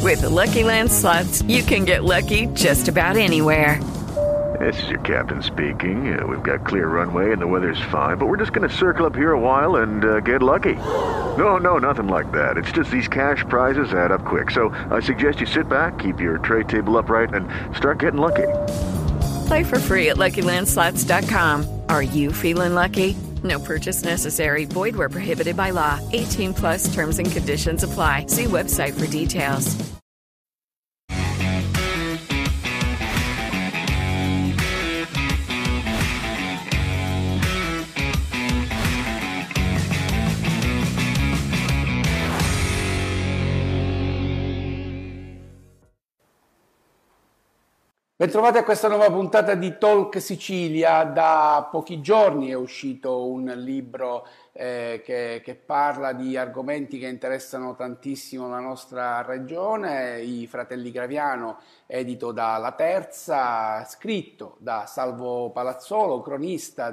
With the Lucky Land Slots, you can get lucky just about anywhere. This is your captain speaking. We've got clear runway and the weather's fine, but we're just going to circle up here a while and get lucky. No, nothing like that. It's just these cash prizes add up quick. So I suggest you sit back, keep your tray table upright, and start getting lucky. Play for free at LuckyLandSlots.com. Are you feeling lucky? No purchase necessary. Void where prohibited by law. 18 plus terms and conditions apply. See website for details. Bentrovati a questa nuova puntata di Talk Sicilia. Da pochi giorni è uscito un libro che parla di argomenti che interessano tantissimo la nostra regione, I Fratelli Graviano, edito da La Terza, scritto da Salvo Palazzolo, cronista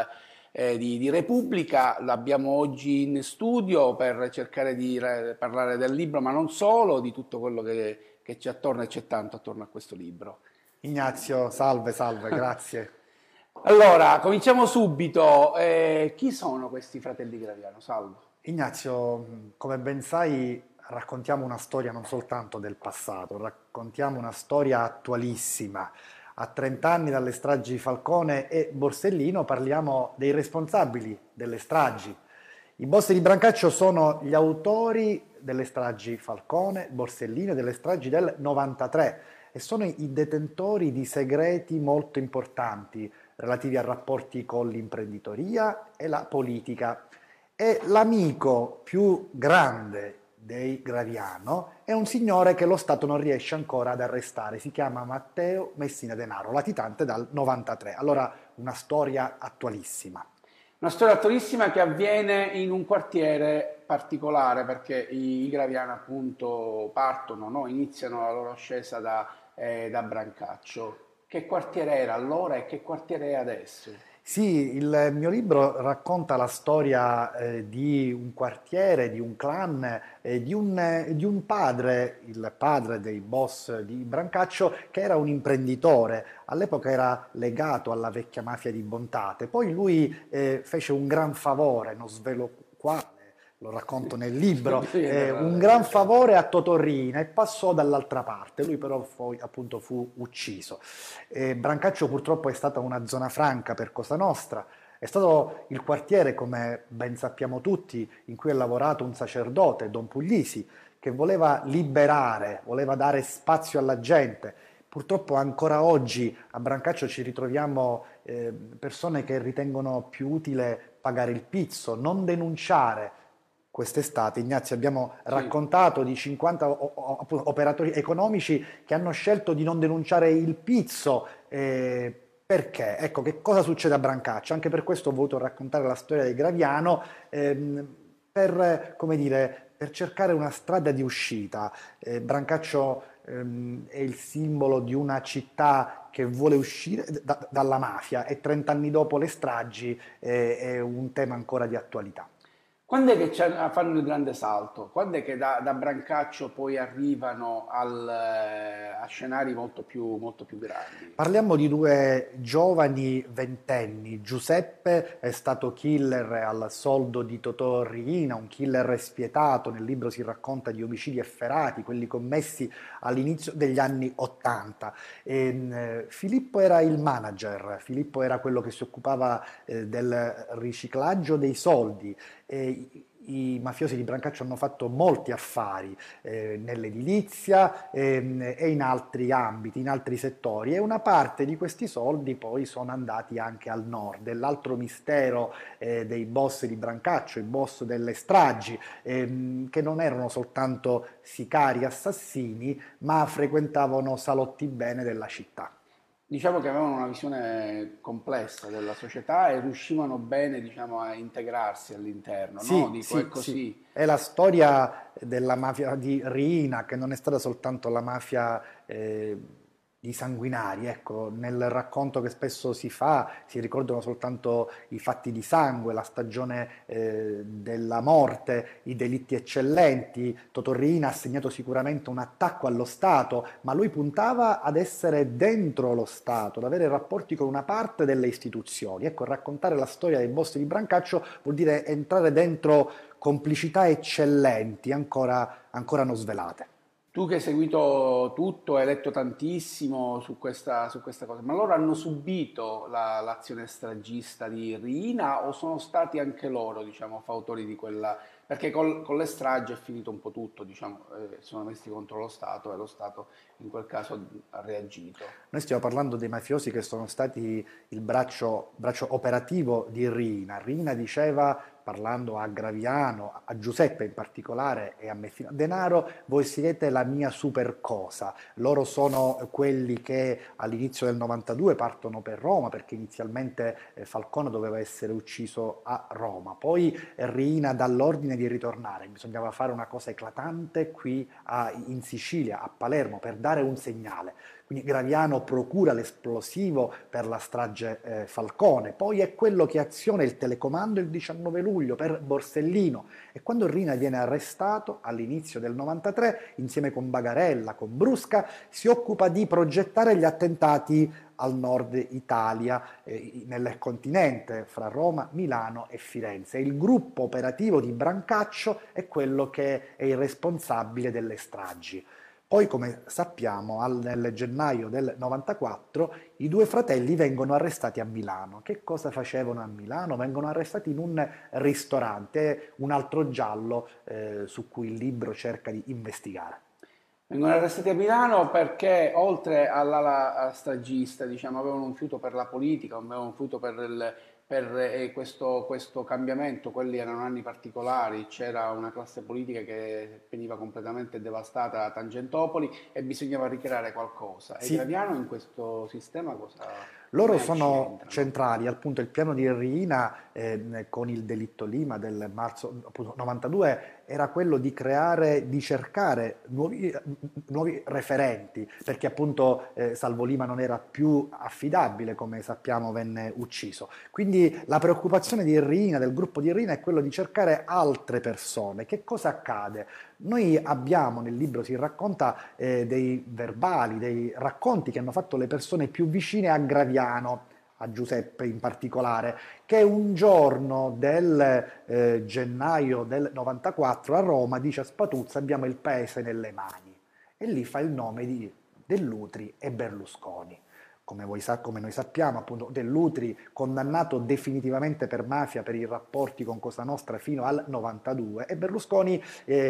di Repubblica. L'abbiamo oggi in studio per cercare di parlare del libro, ma non solo, di tutto quello che c'è attorno, e c'è tanto attorno a questo libro. Ignazio, salve, grazie. Allora, cominciamo subito. Chi sono questi Fratelli Graviano, Salvo? Ignazio, come ben sai, raccontiamo una storia non soltanto del passato, raccontiamo una storia attualissima. A 30 anni dalle stragi di Falcone e Borsellino parliamo dei responsabili delle stragi. I boss di Brancaccio sono gli autori delle stragi Falcone, Borsellino e delle stragi del 93. E sono i detentori di segreti molto importanti relativi a rapporti con l'imprenditoria e la politica. E l'amico più grande dei Graviano è un signore che lo Stato non riesce ancora ad arrestare, si chiama Matteo Messina Denaro, latitante dal 93. Allora, una storia attualissima. Una storia attualissima che avviene in un quartiere particolare, perché i Graviano appunto partono, no? Iniziano la loro ascesa da Brancaccio. Che quartiere era allora e che quartiere è adesso? Sì, il mio libro racconta la storia di un quartiere, di un clan, di un padre, il padre dei boss di Brancaccio, che era un imprenditore. All'epoca era legato alla vecchia mafia di Bontate. Poi lui fece un gran favore, non svelo quale, lo racconto nel libro, un gran favore a Totorrina e passò dall'altra parte. Lui però poi appunto fu ucciso. Brancaccio purtroppo è stata una zona franca per Cosa Nostra. È stato il quartiere, come ben sappiamo tutti, in cui ha lavorato un sacerdote, Don Puglisi, che voleva liberare, voleva dare spazio alla gente. Purtroppo ancora oggi a Brancaccio ci ritroviamo persone che ritengono più utile pagare il pizzo, non denunciare. Quest'estate, Ignazio, abbiamo raccontato di 50 operatori economici che hanno scelto di non denunciare il pizzo. Perché? Ecco, che cosa succede a Brancaccio? Anche per questo ho voluto raccontare la storia del Graviano, come dire, per cercare una strada di uscita. Brancaccio è il simbolo di una città che vuole uscire dalla mafia e 30 anni dopo le stragi è un tema ancora di attualità. Quando è che fanno il grande salto? Quando è che da Brancaccio poi arrivano a scenari molto più grandi? Parliamo di due giovani ventenni. Giuseppe è stato killer al soldo di Totò Riina, un killer spietato. Nel libro si racconta di omicidi efferati, quelli commessi all'inizio degli anni '80. Filippo era il manager, Filippo era quello che si occupava del riciclaggio dei soldi. I mafiosi di Brancaccio hanno fatto molti affari nell'edilizia e in altri ambiti, in altri settori, e una parte di questi soldi poi sono andati anche al nord. L'altro mistero dei boss di Brancaccio, i boss delle stragi, che non erano soltanto sicari assassini, ma frequentavano salotti bene della città. Diciamo che avevano una visione complessa della società e riuscivano bene, diciamo, a integrarsi all'interno, sì, no? Dico, è così. Sì. È la storia della mafia di Riina, che non è stata soltanto la mafia di sanguinari, ecco, nel racconto che spesso si fa si ricordano soltanto i fatti di sangue, la stagione della morte, i delitti eccellenti. Totò Riina ha segnato sicuramente un attacco allo Stato, ma lui puntava ad essere dentro lo Stato, ad avere rapporti con una parte delle istituzioni. Ecco, raccontare la storia dei boss di Brancaccio vuol dire entrare dentro complicità eccellenti, ancora non svelate. Tu che hai seguito tutto, hai letto tantissimo su questa cosa, ma loro hanno subito l'azione stragista di Riina o sono stati anche loro, diciamo, fautori di quella... Perché con le stragi è finito un po' tutto, diciamo, sono messi contro lo Stato e lo Stato in quel caso ha reagito. Noi stiamo parlando dei mafiosi che sono stati il braccio operativo di Riina. Riina diceva, parlando a Graviano, a Giuseppe in particolare e a Messina Denaro, voi siete la mia super cosa. Loro sono quelli che all'inizio del 92 partono per Roma, perché inizialmente Falcone doveva essere ucciso a Roma. Poi Riina dà l'ordine di ritornare, bisognava fare una cosa eclatante qui in Sicilia, a Palermo, per dare un segnale. Quindi Graviano procura l'esplosivo per la strage Falcone, poi è quello che aziona il telecomando il 19 luglio per Borsellino, e quando Riina viene arrestato all'inizio del 93, insieme con Bagarella, con Brusca, si occupa di progettare gli attentati al nord Italia, nel continente, fra Roma, Milano e Firenze. Il gruppo operativo di Brancaccio è quello che è il responsabile delle stragi. Poi, come sappiamo, nel gennaio del 94 i due fratelli vengono arrestati a Milano. Che cosa facevano a Milano? Vengono arrestati in un ristorante, un altro giallo su cui il libro cerca di investigare. Vengono arrestati a Milano perché oltre alla stragista, diciamo, avevano un fiuto per la politica, avevano un fiuto per questo cambiamento. Quelli erano anni particolari, c'era una classe politica che veniva completamente devastata da Tangentopoli e bisognava ricreare qualcosa. E Sì, Graviano in questo sistema cosa, loro come ci sono entrano? centrali, appunto il piano di Riina con il delitto Lima del marzo appunto, 92 era quello di creare, di cercare nuovi referenti, perché appunto Salvo Lima non era più affidabile, come sappiamo venne ucciso. Quindi la preoccupazione di Riina, del gruppo di Riina, è quello di cercare altre persone. Che cosa accade? Noi abbiamo nel libro, si racconta dei verbali, dei racconti che hanno fatto le persone più vicine a Graviano, a Giuseppe in particolare, che un giorno del gennaio del 94 a Roma dice a Spatuzza abbiamo il paese nelle mani, e lì fa il nome di Dell'Utri e Berlusconi. Come noi sappiamo, appunto, Dell'Utri condannato definitivamente per mafia per i rapporti con Cosa Nostra fino al 92, e Berlusconi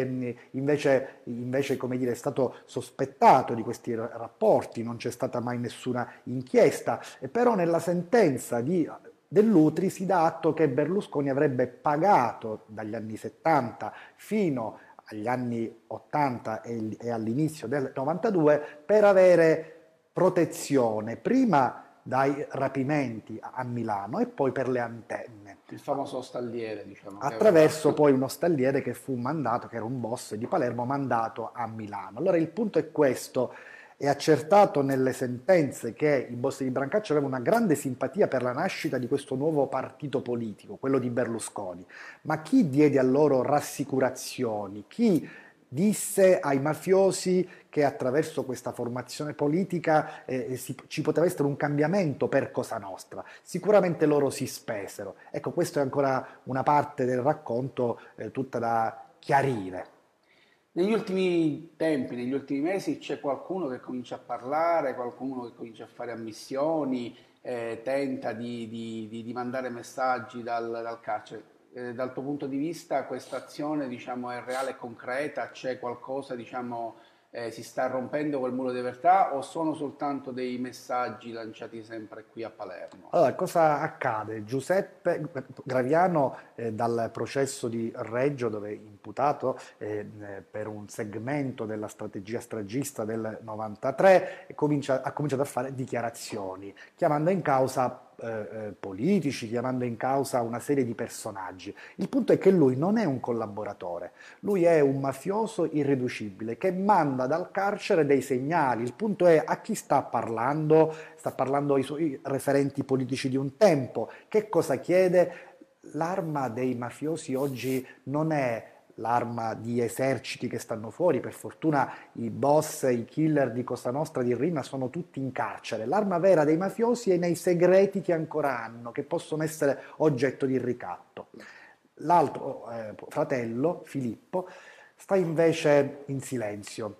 invece come dire, è stato sospettato di questi rapporti, non c'è stata mai nessuna inchiesta, e però nella sentenza Dell'Utri si dà atto che Berlusconi avrebbe pagato dagli anni 70 fino agli anni 80 e all'inizio del 92 per avere protezione prima dai rapimenti a Milano e poi per le antenne, Il famoso stalliere, diciamo, che aveva... attraverso poi uno stalliere che fu mandato, che era un boss di Palermo, mandato a Milano. Allora il punto è questo: è accertato nelle sentenze che i boss di Brancaccio avevano una grande simpatia per la nascita di questo nuovo partito politico, quello di Berlusconi. Ma chi diede a loro rassicurazioni? Chi disse ai mafiosi che attraverso questa formazione politica ci poteva essere un cambiamento per Cosa Nostra? Sicuramente loro si spesero. Ecco, questa è ancora una parte del racconto tutta da chiarire. Negli ultimi tempi, negli ultimi mesi c'è qualcuno che comincia a parlare, qualcuno che comincia a fare ammissioni, tenta di mandare messaggi dal carcere. Dal tuo punto di vista questa azione, diciamo, è reale e concreta? C'è qualcosa, diciamo, si sta rompendo quel muro di verità o sono soltanto dei messaggi lanciati sempre qui a Palermo? Allora, cosa accade? Giuseppe Graviano, dal processo di Reggio, dove è imputato per un segmento della strategia stragista del 93, ha cominciato a fare dichiarazioni, chiamando in causa politici, chiamando in causa una serie di personaggi. Il punto è che lui non è un collaboratore, lui è un mafioso irriducibile che manda dal carcere dei segnali. Il punto è a chi sta parlando ai suoi referenti politici di un tempo, che cosa chiede? L'arma dei mafiosi oggi non è l'arma di eserciti che stanno fuori, per fortuna i boss, i killer di Cosa Nostra, di Rina sono tutti in carcere. L'arma vera dei mafiosi è nei segreti che ancora hanno, che possono essere oggetto di ricatto. L'altro fratello, Filippo, sta invece in silenzio.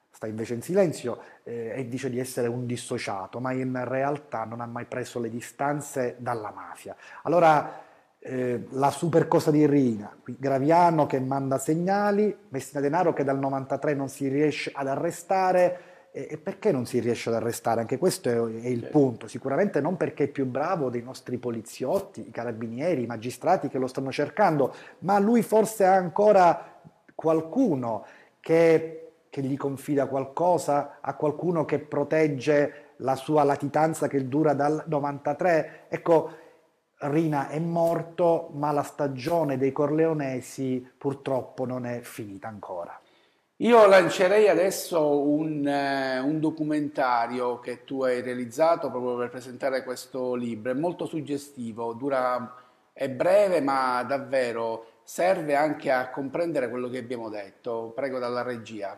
E dice di essere un dissociato, ma in realtà non ha mai preso le distanze dalla mafia. Allora, la super cosa di Rina, Graviano che manda segnali, Messina Denaro che dal 93 non si riesce ad arrestare. E perché non si riesce ad arrestare? Anche questo è il punto. Sicuramente non perché è più bravo dei nostri poliziotti, i carabinieri, i magistrati che lo stanno cercando, ma lui forse ha ancora qualcuno che gli confida qualcosa, ha qualcuno che protegge la sua latitanza che dura dal 93. Ecco, Rina è morto, ma la stagione dei Corleonesi purtroppo non è finita ancora. Io lancerei adesso un documentario che tu hai realizzato proprio per presentare questo libro. È molto suggestivo, è breve, ma davvero serve anche a comprendere quello che abbiamo detto. Prego dalla regia.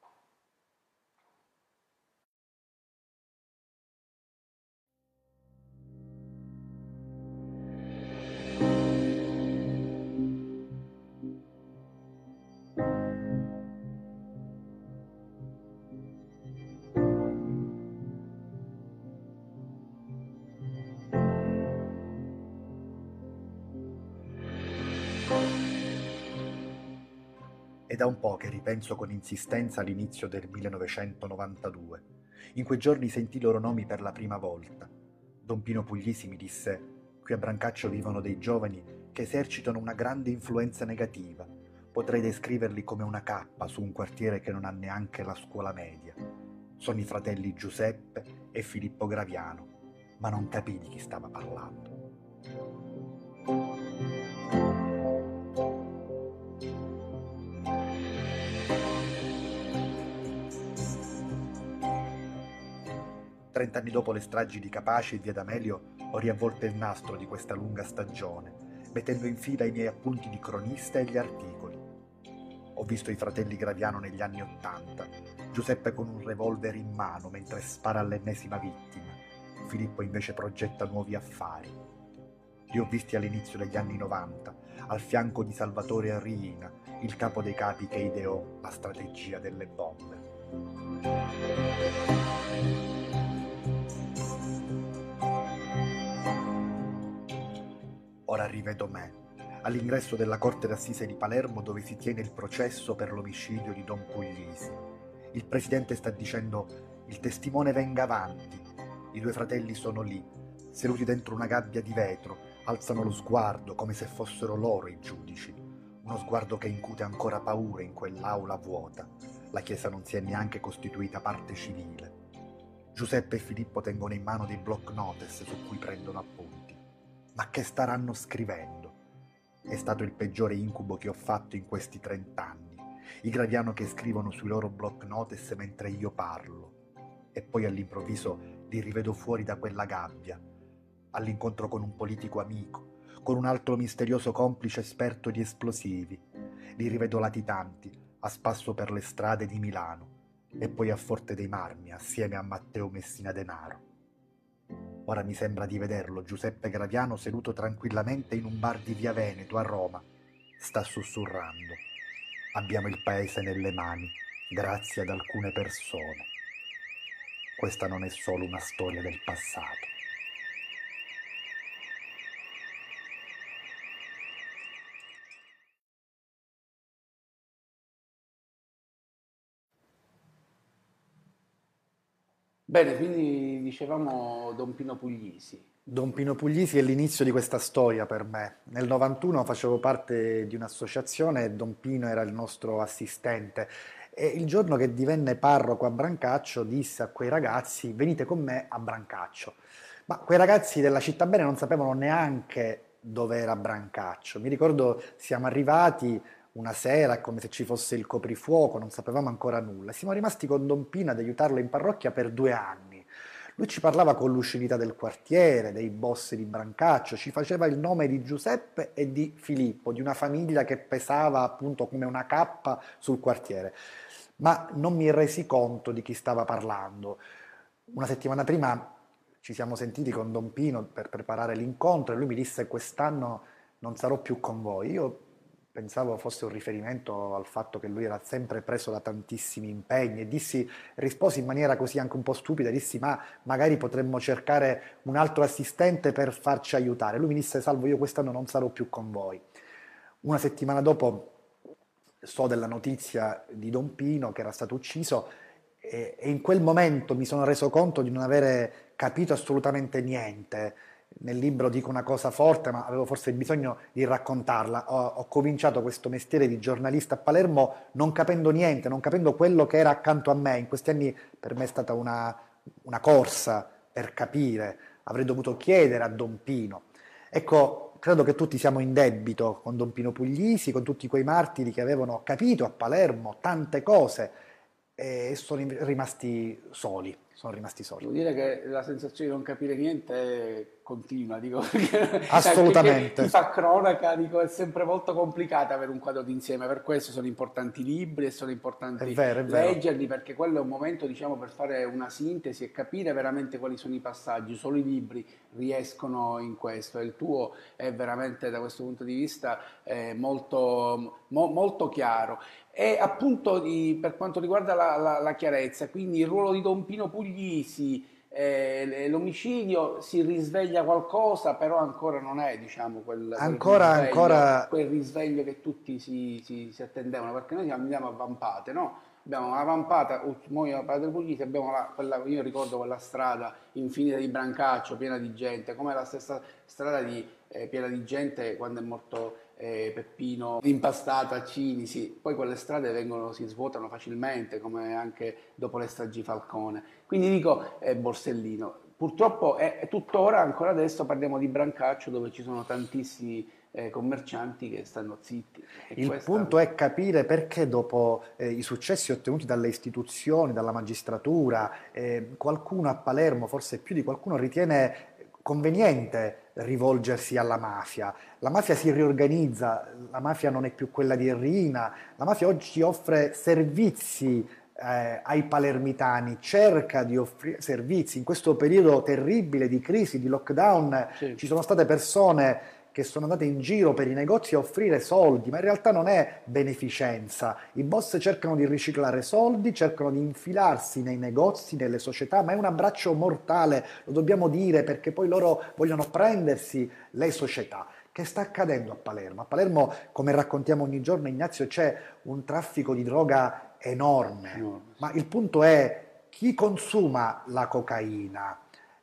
È da un po' che ripenso con insistenza all'inizio del 1992. In quei giorni sentii i loro nomi per la prima volta. Don Pino Puglisi mi disse: qui a Brancaccio vivono dei giovani che esercitano una grande influenza negativa. Potrei descriverli come una cappa su un quartiere che non ha neanche la scuola media. Sono i fratelli Giuseppe e Filippo Graviano, ma non capii di chi stava parlando. Trent'anni dopo le stragi di Capaci e via D'Amelio ho riavvolto il nastro di questa lunga stagione, mettendo in fila i miei appunti di cronista e gli articoli. Ho visto i fratelli Graviano negli anni '80, Giuseppe con un revolver in mano mentre spara all'ennesima vittima, Filippo invece progetta nuovi affari. Li ho visti all'inizio degli anni '90, al fianco di Salvatore Riina, il capo dei capi che ideò la strategia delle bombe. Ora rivedo me, all'ingresso della Corte d'Assise di Palermo dove si tiene il processo per l'omicidio di Don Puglisi. Il presidente sta dicendo: il testimone venga avanti. I due fratelli sono lì, seduti dentro una gabbia di vetro, alzano lo sguardo come se fossero loro i giudici. Uno sguardo che incute ancora paura in quell'aula vuota. La chiesa non si è neanche costituita parte civile. Giuseppe e Filippo tengono in mano dei block notice su cui prendono appunti. Ma che staranno scrivendo? È stato il peggiore incubo che ho fatto in questi 30 anni. I Graviano che scrivono sui loro block notice mentre io parlo. E poi all'improvviso li rivedo fuori da quella gabbia, all'incontro con un politico amico, con un altro misterioso complice esperto di esplosivi. Li rivedo latitanti, a spasso per le strade di Milano, e poi a Forte dei Marmi, assieme a Matteo Messina Denaro. Ora mi sembra di vederlo, Giuseppe Graviano, seduto tranquillamente in un bar di Via Veneto a Roma. Sta sussurrando: abbiamo il paese nelle mani, grazie ad alcune persone. Questa non è solo una storia del passato. Bene, quindi dicevamo Don Pino Puglisi. Don Pino Puglisi è l'inizio di questa storia per me. Nel 91 facevo parte di un'associazione e Don Pino era il nostro assistente. E il giorno che divenne parroco a Brancaccio disse a quei ragazzi: venite con me a Brancaccio. Ma quei ragazzi della città bene non sapevano neanche dove era Brancaccio. Mi ricordo siamo arrivati una sera, è come se ci fosse il coprifuoco, non sapevamo ancora nulla. Siamo rimasti con Don Pino ad aiutarlo in parrocchia per 2 anni. Lui ci parlava con lucidità del quartiere, dei boss di Brancaccio, ci faceva il nome di Giuseppe e di Filippo, di una famiglia che pesava appunto come una cappa sul quartiere. Ma non mi resi conto di chi stava parlando. Una settimana prima ci siamo sentiti con Don Pino per preparare l'incontro e lui mi disse: quest'anno non sarò più con voi. Io pensavo fosse un riferimento al fatto che lui era sempre preso da tantissimi impegni e risposi in maniera così anche un po' stupida, dissi: ma magari potremmo cercare un altro assistente per farci aiutare. Lui mi disse: Salvo, io quest'anno non sarò più con voi. Una settimana dopo so della notizia di Don Pino che era stato ucciso e in quel momento mi sono reso conto di non avere capito assolutamente niente. Nel libro dico una cosa forte, ma avevo forse bisogno di raccontarla. Ho cominciato questo mestiere di giornalista a Palermo non capendo niente, non capendo quello che era accanto a me. In questi anni per me è stata una corsa per capire. Avrei dovuto chiedere a Don Pino. Ecco, credo che tutti siamo in debito con Don Pino Puglisi, con tutti quei martiri che avevano capito a Palermo tante cose e sono rimasti soli. Sono rimasti soli. Devo dire che la sensazione di non capire niente continua, dico, perché assolutamente. Chi fa cronaca, dico, è sempre molto complicato avere un quadro d'insieme, per questo sono importanti i libri e sono importanti è vero. leggerli, perché quello è un momento, diciamo, per fare una sintesi e capire veramente quali sono i passaggi. Solo i libri riescono in questo e il tuo è veramente da questo punto di vista molto chiaro. E appunto per quanto riguarda la chiarezza, quindi il ruolo di Don Pino Puglisi, l'omicidio, si risveglia qualcosa, però ancora non è, diciamo, quel risveglio che tutti si attendevano, perché noi andiamo a vampate, no? Abbiamo una vampata, Padre Puglisi, abbiamo io ricordo quella strada infinita di Brancaccio, piena di gente, come la stessa strada piena di gente quando è morto Peppino, impastata a Cinisi. Poi quelle strade si svuotano facilmente, come anche dopo le stragi Falcone. Quindi dico Borsellino. Purtroppo tuttora, ancora adesso, parliamo di Brancaccio, dove ci sono tantissimi commercianti che stanno zitti. Il punto è capire perché dopo i successi ottenuti dalle istituzioni, dalla magistratura, qualcuno a Palermo, forse più di qualcuno, ritiene conveniente rivolgersi alla mafia. La mafia si riorganizza, la mafia non è più quella di Rina, la mafia oggi offre servizi ai palermitani, cerca di offrire servizi. In questo periodo terribile di crisi, di lockdown, sì, ci sono state persone che sono andate in giro per i negozi a offrire soldi, ma in realtà non è beneficenza. I boss cercano di riciclare soldi, cercano di infilarsi nei negozi, nelle società, ma è un abbraccio mortale, lo dobbiamo dire, perché poi loro vogliono prendersi le società. Che sta accadendo a Palermo? A Palermo, come raccontiamo ogni giorno, Ignazio, c'è un traffico di droga enorme, ma il punto è chi consuma la cocaina.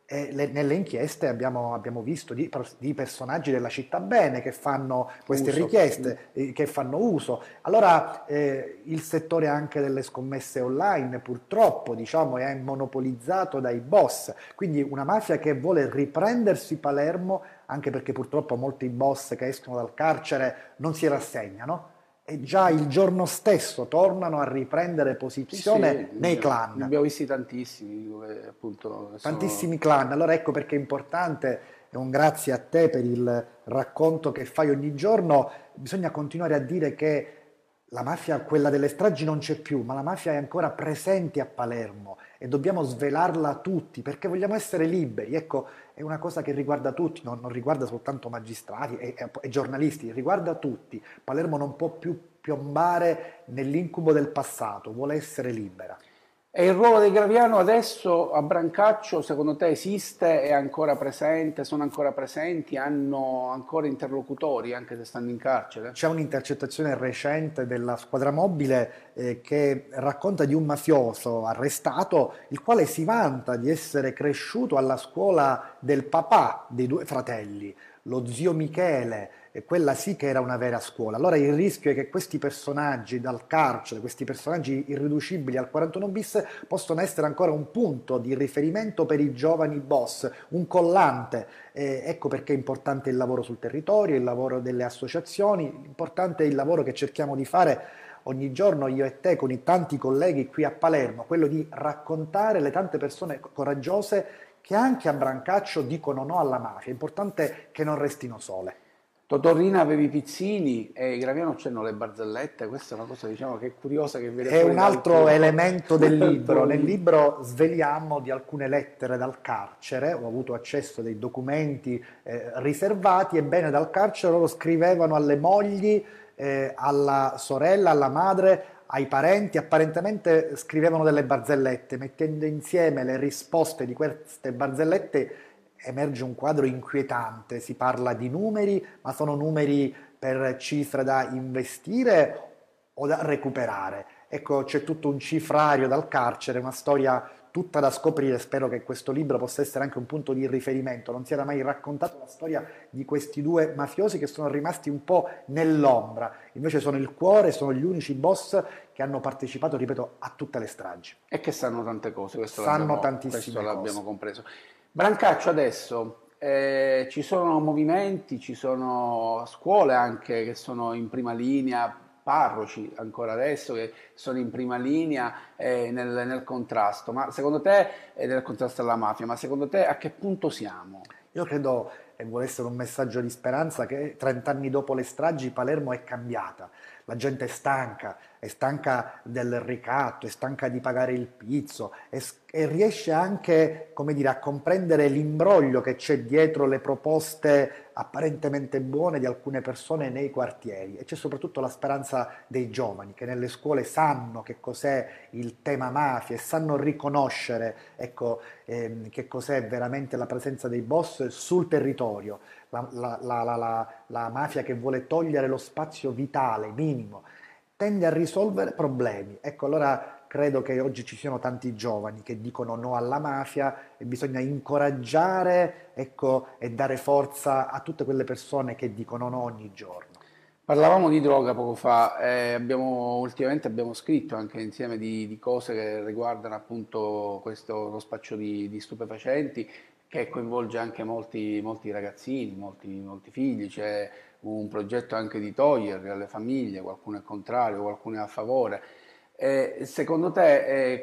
Nelle inchieste abbiamo visto di personaggi della città bene che fanno queste richieste, che fanno uso. Allora il settore anche delle scommesse online purtroppo, diciamo, è monopolizzato dai boss, quindi una mafia che vuole riprendersi Palermo, anche perché purtroppo molti boss che escono dal carcere non si rassegnano e già il giorno stesso tornano a riprendere posizione nei clan. Ne abbiamo visti tantissimi, dove appunto tantissimi clan. Allora ecco perché è importante, e un grazie a te per il racconto che fai ogni giorno, bisogna continuare a dire che la mafia, quella delle stragi, non c'è più, ma la mafia è ancora presente a Palermo e dobbiamo svelarla tutti perché vogliamo essere liberi. Ecco, è una cosa che riguarda tutti, non riguarda soltanto magistrati e giornalisti, riguarda tutti. Palermo non può più piombare nell'incubo del passato, vuole essere libera. E il ruolo di Graviano adesso a Brancaccio, secondo te, esiste? È ancora presente? Sono ancora presenti? Hanno ancora interlocutori, anche se stanno in carcere? C'è un'intercettazione recente della squadra mobile che racconta di un mafioso arrestato, il quale si vanta di essere cresciuto alla scuola del papà dei due fratelli, lo zio Michele, quella sì che era una vera scuola. Allora il rischio è che questi personaggi dal carcere, questi personaggi irriducibili al 41 bis, possono essere ancora un punto di riferimento per i giovani boss, un collante. Ecco perché è importante il lavoro sul territorio, il lavoro delle associazioni, importante è il lavoro che cerchiamo di fare ogni giorno io e te con i tanti colleghi qui a Palermo, quello di raccontare le tante persone coraggiose che anche a Brancaccio dicono no alla mafia. È importante che non restino sole. Totorrina aveva i pizzini e i Graviano c'erano le barzellette, questa è una cosa diciamo che è curiosa che viene È fuori un altro tuo... elemento del libro. Nel libro sveliamo di alcune lettere dal carcere, ho avuto accesso a dei documenti riservati, ebbene dal carcere loro scrivevano alle mogli, alla sorella, alla madre, ai parenti, apparentemente scrivevano delle barzellette, mettendo insieme le risposte di queste barzellette emerge un quadro inquietante, si parla di numeri, ma sono numeri per cifre da investire o da recuperare. Ecco, c'è tutto un cifrario dal carcere, una storia tutta da scoprire. Spero che questo libro possa essere anche un punto di riferimento. Non si era mai raccontata la storia di questi due mafiosi che sono rimasti un po' nell'ombra. Invece sono il cuore, sono gli unici boss che hanno partecipato, ripeto, a tutte le stragi. E che sanno tante cose, questo Sanno tantissime l'abbiamo cose. compreso. Brancaccio adesso, ci sono movimenti, ci sono scuole anche che sono in prima linea, parroci ancora adesso che sono in prima linea nel contrasto, ma secondo te, nel contrasto alla mafia, ma secondo te a che punto siamo? Io credo, e vuole essere un messaggio di speranza, che 30 anni dopo le stragi Palermo è cambiata. La gente è stanca del ricatto, è stanca di pagare il pizzo e riesce anche, come dire, a comprendere l'imbroglio che c'è dietro le proposte apparentemente buone di alcune persone nei quartieri. E c'è soprattutto la speranza dei giovani che nelle scuole sanno che cos'è il tema mafia e sanno riconoscere, ecco, che cos'è veramente la presenza dei boss sul territorio. La mafia che vuole togliere lo spazio vitale, minimo, tende a risolvere problemi. Ecco, allora credo che oggi ci siano tanti giovani che dicono no alla mafia e bisogna incoraggiare, ecco, e dare forza a tutte quelle persone che dicono no ogni giorno. Parlavamo di droga poco fa, ultimamente abbiamo scritto anche insieme di cose che riguardano appunto questo, lo spaccio di stupefacenti che coinvolge anche molti ragazzini, molti figli, c'è un progetto anche di toglierli alle famiglie, qualcuno è contrario, qualcuno è a favore. Secondo te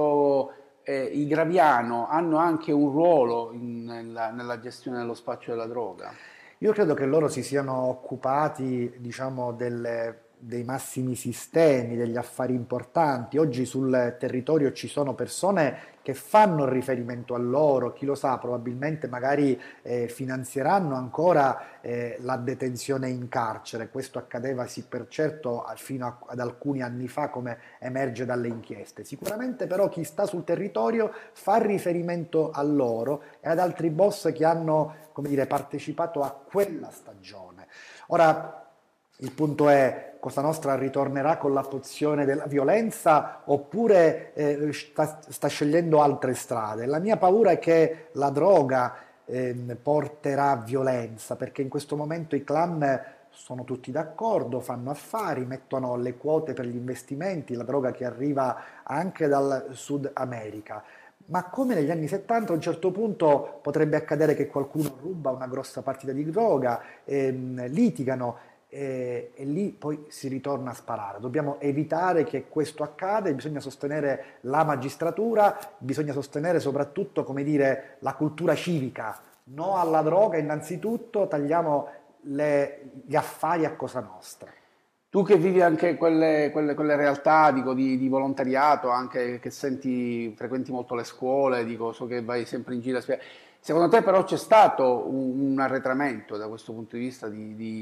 i Graviano hanno anche un ruolo nella gestione dello spaccio della droga? Io credo che loro si siano occupati, diciamo, dei massimi sistemi, degli affari importanti. Oggi sul territorio ci sono persone che fanno riferimento a loro, chi lo sa, probabilmente magari finanzieranno ancora la detenzione in carcere. Questo accadeva sì per certo fino ad alcuni anni fa, come emerge dalle inchieste. Sicuramente però chi sta sul territorio fa riferimento a loro e ad altri boss che hanno, come dire, partecipato a quella stagione. Ora, il punto è, Cosa Nostra ritornerà con l'attuazione della violenza oppure sta scegliendo altre strade? La mia paura è che la droga porterà violenza, perché in questo momento i clan sono tutti d'accordo, fanno affari, mettono le quote per gli investimenti, la droga che arriva anche dal Sud America. Ma come negli anni 70 a un certo punto potrebbe accadere che qualcuno ruba una grossa partita di droga, litigano e lì poi si ritorna a sparare. Dobbiamo evitare che questo accada, bisogna sostenere la magistratura, bisogna sostenere soprattutto, come dire, la cultura civica. No alla droga innanzitutto, tagliamo gli affari a Cosa Nostra. Tu che vivi anche quelle realtà, dico, di volontariato, anche che frequenti molto le scuole, dico, so che vai sempre in giro a spiegare. Secondo te però c'è stato un arretramento da questo punto di vista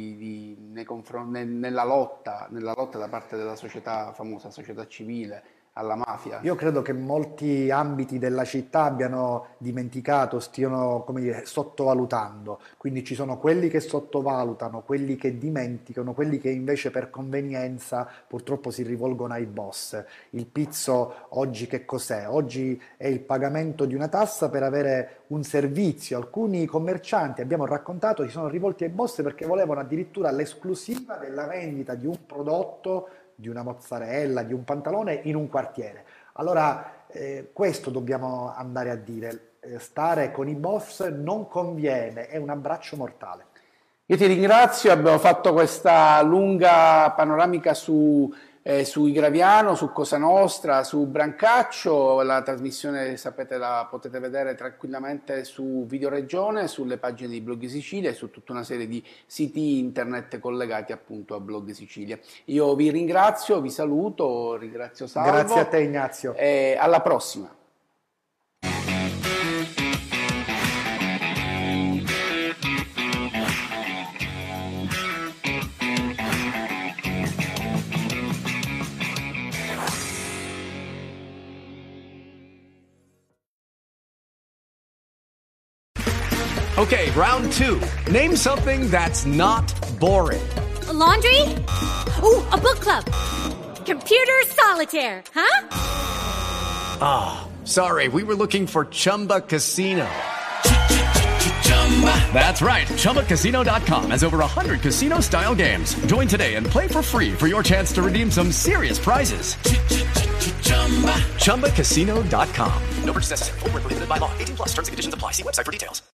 nella lotta da parte della società famosa, società civile, alla mafia. Io credo che molti ambiti della città abbiano dimenticato, stiano, come dire, sottovalutando. Quindi ci sono quelli che sottovalutano, quelli che dimenticano, quelli che invece per convenienza purtroppo si rivolgono ai boss. Il pizzo oggi che cos'è? Oggi è il pagamento di una tassa per avere un servizio. Alcuni commercianti, abbiamo raccontato, si sono rivolti ai boss perché volevano addirittura l'esclusiva della vendita di un prodotto, di una mozzarella, di un pantalone in un quartiere. Allora, questo dobbiamo andare a dire. Stare con i boss non conviene, è un abbraccio mortale. Io ti ringrazio, abbiamo fatto questa lunga panoramica su Graviano, su Cosa Nostra, su Brancaccio. La trasmissione, sapete, la potete vedere tranquillamente su Videoregione, sulle pagine di Blog Sicilia e su tutta una serie di siti internet collegati appunto a Blog Sicilia. Io vi ringrazio, vi saluto, ringrazio Salvo. Grazie a te, Ignazio. E alla prossima. Okay, round 2. Name something that's not boring. A laundry? Ooh, a book club. Computer solitaire, huh? Ah, sorry, we were looking for Chumba Casino. That's right, ChumbaCasino.com has over 100 casino-style games. Join today and play for free for your chance to redeem some serious prizes. ChumbaCasino.com. No purchase necessary. Void where prohibited by law. 18+ terms and conditions apply. See website for details.